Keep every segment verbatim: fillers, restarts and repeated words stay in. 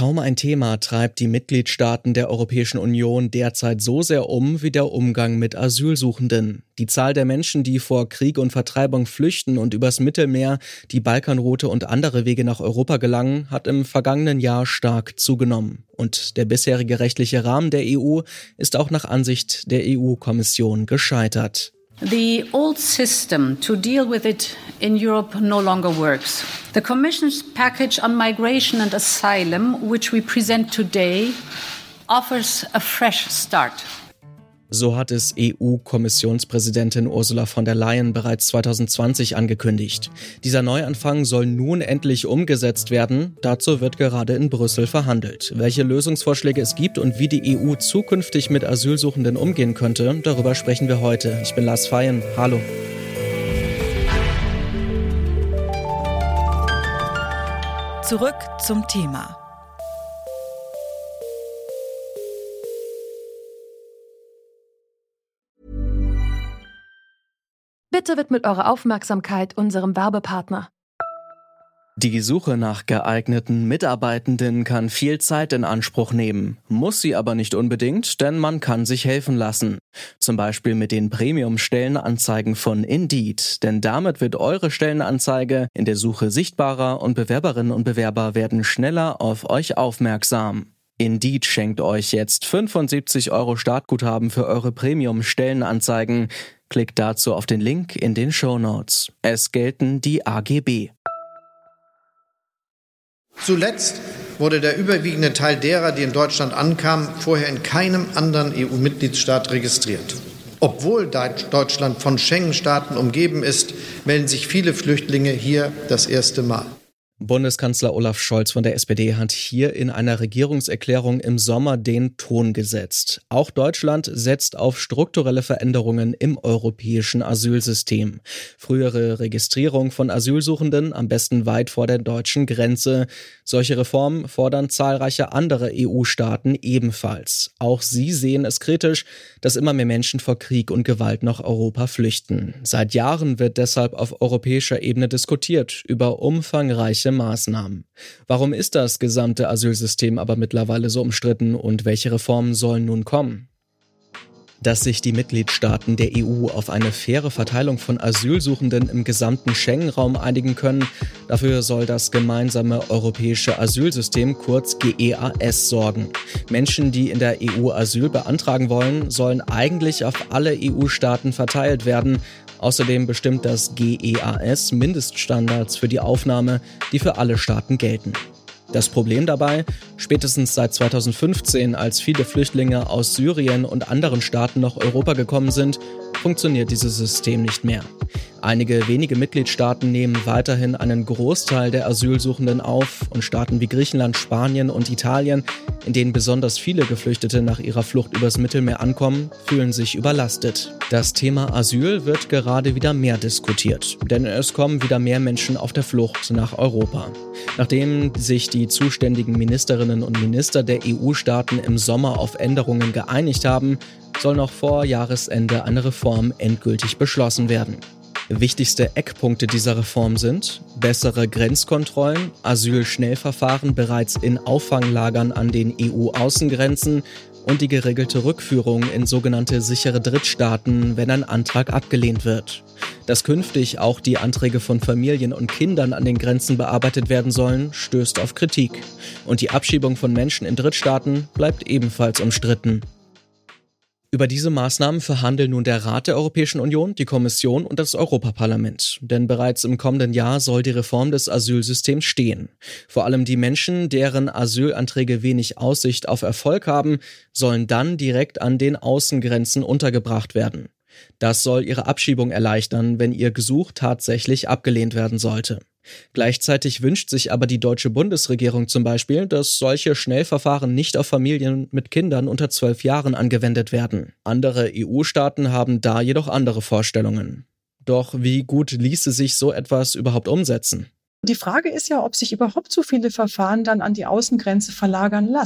Kaum ein Thema treibt die Mitgliedstaaten der Europäischen Union derzeit so sehr um wie der Umgang mit Asylsuchenden. Die Zahl der Menschen, die vor Krieg und Vertreibung flüchten und übers Mittelmeer, die Balkanroute und andere Wege nach Europa gelangen, hat im vergangenen Jahr stark zugenommen. Und der bisherige rechtliche Rahmen der E U ist auch nach Ansicht der E U-Kommission gescheitert. The old system to deal with it in Europe no longer works. The Commission's package on migration and asylum, which we present today, offers a fresh start. So hat es E U-Kommissionspräsidentin Ursula von der Leyen bereits zwanzig zwanzig angekündigt. Dieser Neuanfang soll nun endlich umgesetzt werden. Dazu wird gerade in Brüssel verhandelt. Welche Lösungsvorschläge es gibt und wie die E U zukünftig mit Asylsuchenden umgehen könnte, darüber sprechen wir heute. Ich bin Lars Feyen. Hallo. Zurück zum Thema. Bitte widmet eure Aufmerksamkeit unserem Werbepartner. Die Suche nach geeigneten Mitarbeitenden kann viel Zeit in Anspruch nehmen, muss sie aber nicht unbedingt, denn man kann sich helfen lassen. Zum Beispiel mit den Premium-Stellenanzeigen von Indeed, denn damit wird eure Stellenanzeige in der Suche sichtbarer und Bewerberinnen und Bewerber werden schneller auf euch aufmerksam. Indeed schenkt euch jetzt fünfundsiebzig Euro Startguthaben für eure Premium-Stellenanzeigen. Klickt dazu auf den Link in den Shownotes. Es gelten die A G B. Zuletzt wurde der überwiegende Teil derer, die in Deutschland ankamen, vorher in keinem anderen E U-Mitgliedstaat registriert. Obwohl Deutschland von Schengen-Staaten umgeben ist, melden sich viele Flüchtlinge hier das erste Mal. Bundeskanzler Olaf Scholz von der S P D hat hier in einer Regierungserklärung im Sommer den Ton gesetzt. Auch Deutschland setzt auf strukturelle Veränderungen im europäischen Asylsystem. Frühere Registrierung von Asylsuchenden, am besten weit vor der deutschen Grenze. Solche Reformen fordern zahlreiche andere E U-Staaten ebenfalls. Auch sie sehen es kritisch, dass immer mehr Menschen vor Krieg und Gewalt nach Europa flüchten. Seit Jahren wird deshalb auf europäischer Ebene diskutiert über umfangreiche Maßnahmen. Warum ist das gesamte Asylsystem aber mittlerweile so umstritten und welche Reformen sollen nun kommen? Dass sich die Mitgliedstaaten der E U auf eine faire Verteilung von Asylsuchenden im gesamten Schengen-Raum einigen können, dafür soll das gemeinsame europäische Asylsystem kurz G E A S sorgen. Menschen, die in der E U Asyl beantragen wollen, sollen eigentlich auf alle E U-Staaten verteilt werden. Außerdem bestimmt das G E A S Mindeststandards für die Aufnahme, die für alle Staaten gelten. Das Problem dabei, spätestens seit zweitausendfünfzehn, als viele Flüchtlinge aus Syrien und anderen Staaten nach Europa gekommen sind, funktioniert dieses System nicht mehr. Einige wenige Mitgliedstaaten nehmen weiterhin einen Großteil der Asylsuchenden auf und Staaten wie Griechenland, Spanien und Italien, in denen besonders viele Geflüchtete nach ihrer Flucht übers Mittelmeer ankommen, fühlen sich überlastet. Das Thema Asyl wird gerade wieder mehr diskutiert, denn es kommen wieder mehr Menschen auf der Flucht nach Europa. Nachdem sich die zuständigen Ministerinnen und Minister der E U-Staaten im Sommer auf Änderungen geeinigt haben, soll noch vor Jahresende eine Reform endgültig beschlossen werden. Wichtigste Eckpunkte dieser Reform sind bessere Grenzkontrollen, Asylschnellverfahren bereits in Auffanglagern an den E U-Außengrenzen und die geregelte Rückführung in sogenannte sichere Drittstaaten, wenn ein Antrag abgelehnt wird. Dass künftig auch die Anträge von Familien und Kindern an den Grenzen bearbeitet werden sollen, stößt auf Kritik. Und die Abschiebung von Menschen in Drittstaaten bleibt ebenfalls umstritten. Über diese Maßnahmen verhandeln nun der Rat der Europäischen Union, die Kommission und das Europaparlament. Denn bereits im kommenden Jahr soll die Reform des Asylsystems stehen. Vor allem die Menschen, deren Asylanträge wenig Aussicht auf Erfolg haben, sollen dann direkt an den Außengrenzen untergebracht werden. Das soll ihre Abschiebung erleichtern, wenn ihr Gesuch tatsächlich abgelehnt werden sollte. Gleichzeitig wünscht sich aber die deutsche Bundesregierung zum Beispiel, dass solche Schnellverfahren nicht auf Familien mit Kindern unter zwölf Jahren angewendet werden. Andere E U-Staaten haben da jedoch andere Vorstellungen. Doch wie gut ließe sich so etwas überhaupt umsetzen? Die Frage ist ja, ob sich überhaupt so viele Verfahren dann an die Außengrenze verlagern lassen.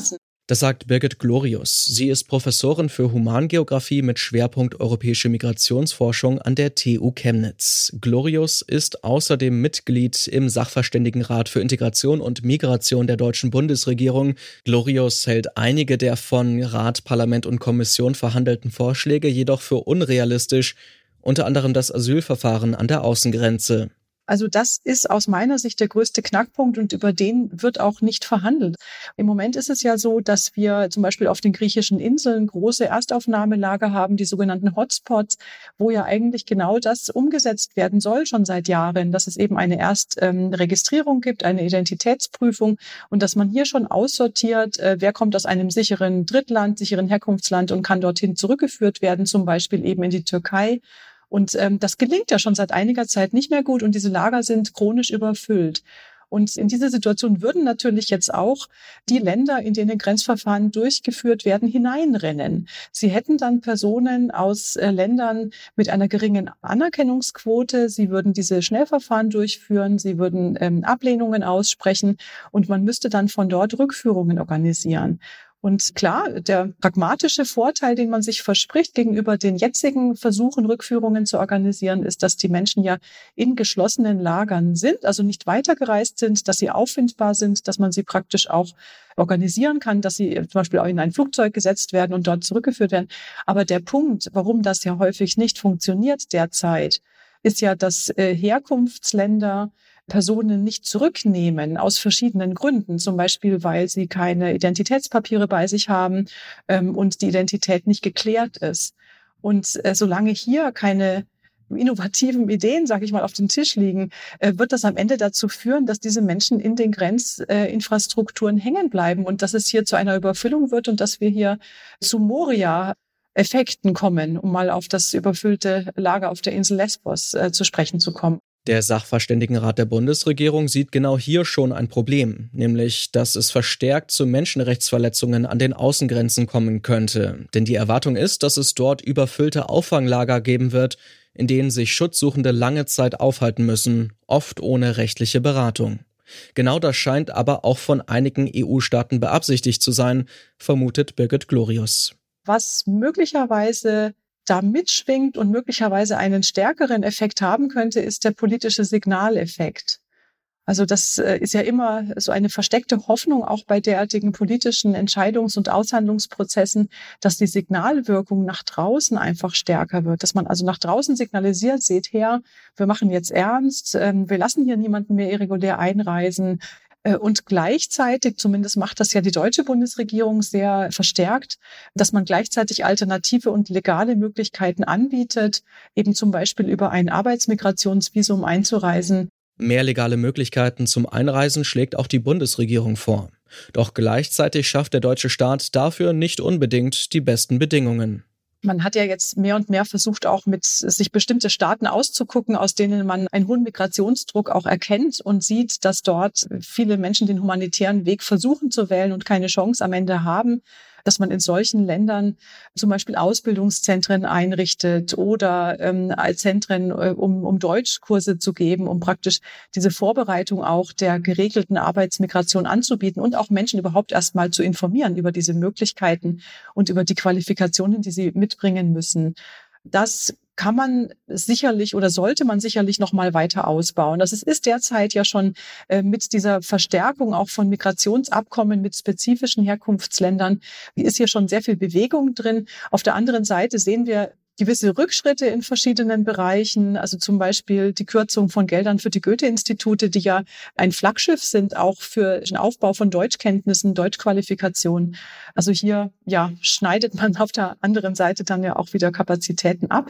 Das sagt Birgit Glorius. Sie ist Professorin für Humangeographie mit Schwerpunkt Europäische Migrationsforschung an der T U Chemnitz. Glorius ist außerdem Mitglied im Sachverständigenrat für Integration und Migration der deutschen Bundesregierung. Glorius hält einige der von Rat, Parlament und Kommission verhandelten Vorschläge jedoch für unrealistisch, unter anderem das Asylverfahren an der Außengrenze. Also das ist aus meiner Sicht der größte Knackpunkt und über den wird auch nicht verhandelt. Im Moment ist es ja so, dass wir zum Beispiel auf den griechischen Inseln große Erstaufnahmelager haben, die sogenannten Hotspots, wo ja eigentlich genau das umgesetzt werden soll schon seit Jahren, dass es eben eine Erstregistrierung gibt, eine Identitätsprüfung und dass man hier schon aussortiert, wer kommt aus einem sicheren Drittland, sicheren Herkunftsland und kann dorthin zurückgeführt werden, zum Beispiel eben in die Türkei. Und ähm, das gelingt ja schon seit einiger Zeit nicht mehr gut und diese Lager sind chronisch überfüllt. Und in diese Situation würden natürlich jetzt auch die Länder, in denen Grenzverfahren durchgeführt werden, hineinrennen. Sie hätten dann Personen aus äh, Ländern mit einer geringen Anerkennungsquote. Sie würden diese Schnellverfahren durchführen. Sie würden ähm, Ablehnungen aussprechen und man müsste dann von dort Rückführungen organisieren. Und klar, der pragmatische Vorteil, den man sich verspricht gegenüber den jetzigen Versuchen, Rückführungen zu organisieren, ist, dass die Menschen ja in geschlossenen Lagern sind, also nicht weitergereist sind, dass sie auffindbar sind, dass man sie praktisch auch organisieren kann, dass sie zum Beispiel auch in ein Flugzeug gesetzt werden und dort zurückgeführt werden. Aber der Punkt, warum das ja häufig nicht funktioniert derzeit, ist ja, dass äh, Herkunftsländer Personen nicht zurücknehmen aus verschiedenen Gründen, zum Beispiel, weil sie keine Identitätspapiere bei sich haben ähm, und die Identität nicht geklärt ist. Und äh, solange hier keine innovativen Ideen, sage ich mal, auf dem Tisch liegen, äh, wird das am Ende dazu führen, dass diese Menschen in den Grenzinfrastrukturen äh, hängen bleiben und dass es hier zu einer Überfüllung wird und dass wir hier zu Moria-Effekten kommen, um mal auf das überfüllte Lager auf der Insel Lesbos äh, zu sprechen zu kommen. Der Sachverständigenrat der Bundesregierung sieht genau hier schon ein Problem, nämlich, dass es verstärkt zu Menschenrechtsverletzungen an den Außengrenzen kommen könnte. Denn die Erwartung ist, dass es dort überfüllte Auffanglager geben wird, in denen sich Schutzsuchende lange Zeit aufhalten müssen, oft ohne rechtliche Beratung. Genau das scheint aber auch von einigen E U-Staaten beabsichtigt zu sein, vermutet Birgit Glorius. Was möglicherweise da mitschwingt und möglicherweise einen stärkeren Effekt haben könnte, ist der politische Signaleffekt. Also das ist ja immer so eine versteckte Hoffnung, auch bei derartigen politischen Entscheidungs- und Aushandlungsprozessen, dass die Signalwirkung nach draußen einfach stärker wird. Dass man also nach draußen signalisiert, seht her, wir machen jetzt ernst, wir lassen hier niemanden mehr irregulär einreisen. Und gleichzeitig, zumindest macht das ja die deutsche Bundesregierung sehr verstärkt, dass man gleichzeitig alternative und legale Möglichkeiten anbietet, eben zum Beispiel über ein Arbeitsmigrationsvisum einzureisen. Mehr legale Möglichkeiten zum Einreisen schlägt auch die Bundesregierung vor. Doch gleichzeitig schafft der deutsche Staat dafür nicht unbedingt die besten Bedingungen. Man hat ja jetzt mehr und mehr versucht, auch mit sich bestimmte Staaten auszugucken, aus denen man einen hohen Migrationsdruck auch erkennt und sieht, dass dort viele Menschen den humanitären Weg versuchen zu wählen und keine Chance am Ende haben, dass man in solchen Ländern zum Beispiel Ausbildungszentren einrichtet oder ähm, als Zentren, äh, um, um Deutschkurse zu geben, um praktisch diese Vorbereitung auch der geregelten Arbeitsmigration anzubieten und auch Menschen überhaupt erstmal zu informieren über diese Möglichkeiten und über die Qualifikationen, die sie mitbringen müssen. Das kann man sicherlich oder sollte man sicherlich noch mal weiter ausbauen. Das ist derzeit ja schon äh, mit dieser Verstärkung auch von Migrationsabkommen mit spezifischen Herkunftsländern, ist hier schon sehr viel Bewegung drin. Auf der anderen Seite sehen wir gewisse Rückschritte in verschiedenen Bereichen, also zum Beispiel die Kürzung von Geldern für die Goethe-Institute, die ja ein Flaggschiff sind, auch für den Aufbau von Deutschkenntnissen, Deutschqualifikationen. Also hier ja schneidet man auf der anderen Seite dann ja auch wieder Kapazitäten ab.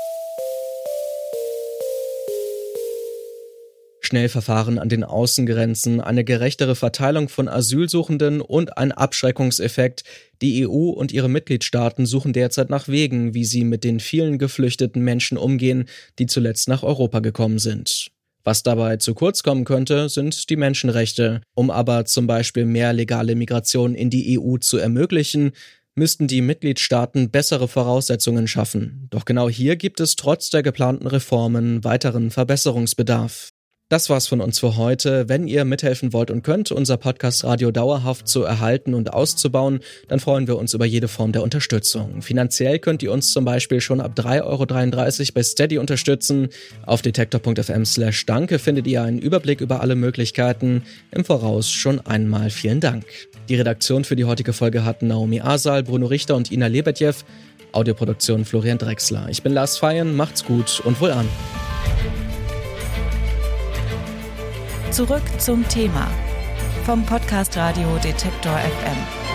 Schnellverfahren an den Außengrenzen, eine gerechtere Verteilung von Asylsuchenden und ein Abschreckungseffekt. Die E U und ihre Mitgliedstaaten suchen derzeit nach Wegen, wie sie mit den vielen geflüchteten Menschen umgehen, die zuletzt nach Europa gekommen sind. Was dabei zu kurz kommen könnte, sind die Menschenrechte. Um aber zum Beispiel mehr legale Migration in die E U zu ermöglichen, müssten die Mitgliedstaaten bessere Voraussetzungen schaffen. Doch genau hier gibt es trotz der geplanten Reformen weiteren Verbesserungsbedarf. Das war's von uns für heute. Wenn ihr mithelfen wollt und könnt, unser Podcast-Radio dauerhaft zu erhalten und auszubauen, dann freuen wir uns über jede Form der Unterstützung. Finanziell könnt ihr uns zum Beispiel schon ab drei Euro dreiunddreißig bei Steady unterstützen. Auf detektor punkt f m slash danke findet ihr einen Überblick über alle Möglichkeiten. Im Voraus schon einmal vielen Dank. Die Redaktion für die heutige Folge hatten Naomi Asal, Bruno Richter und Ina Lebedjew. Audioproduktion Florian Drexler. Ich bin Lars Feyen, macht's gut und wohlan. Zurück zum Thema vom Podcast Radio Detektor F M.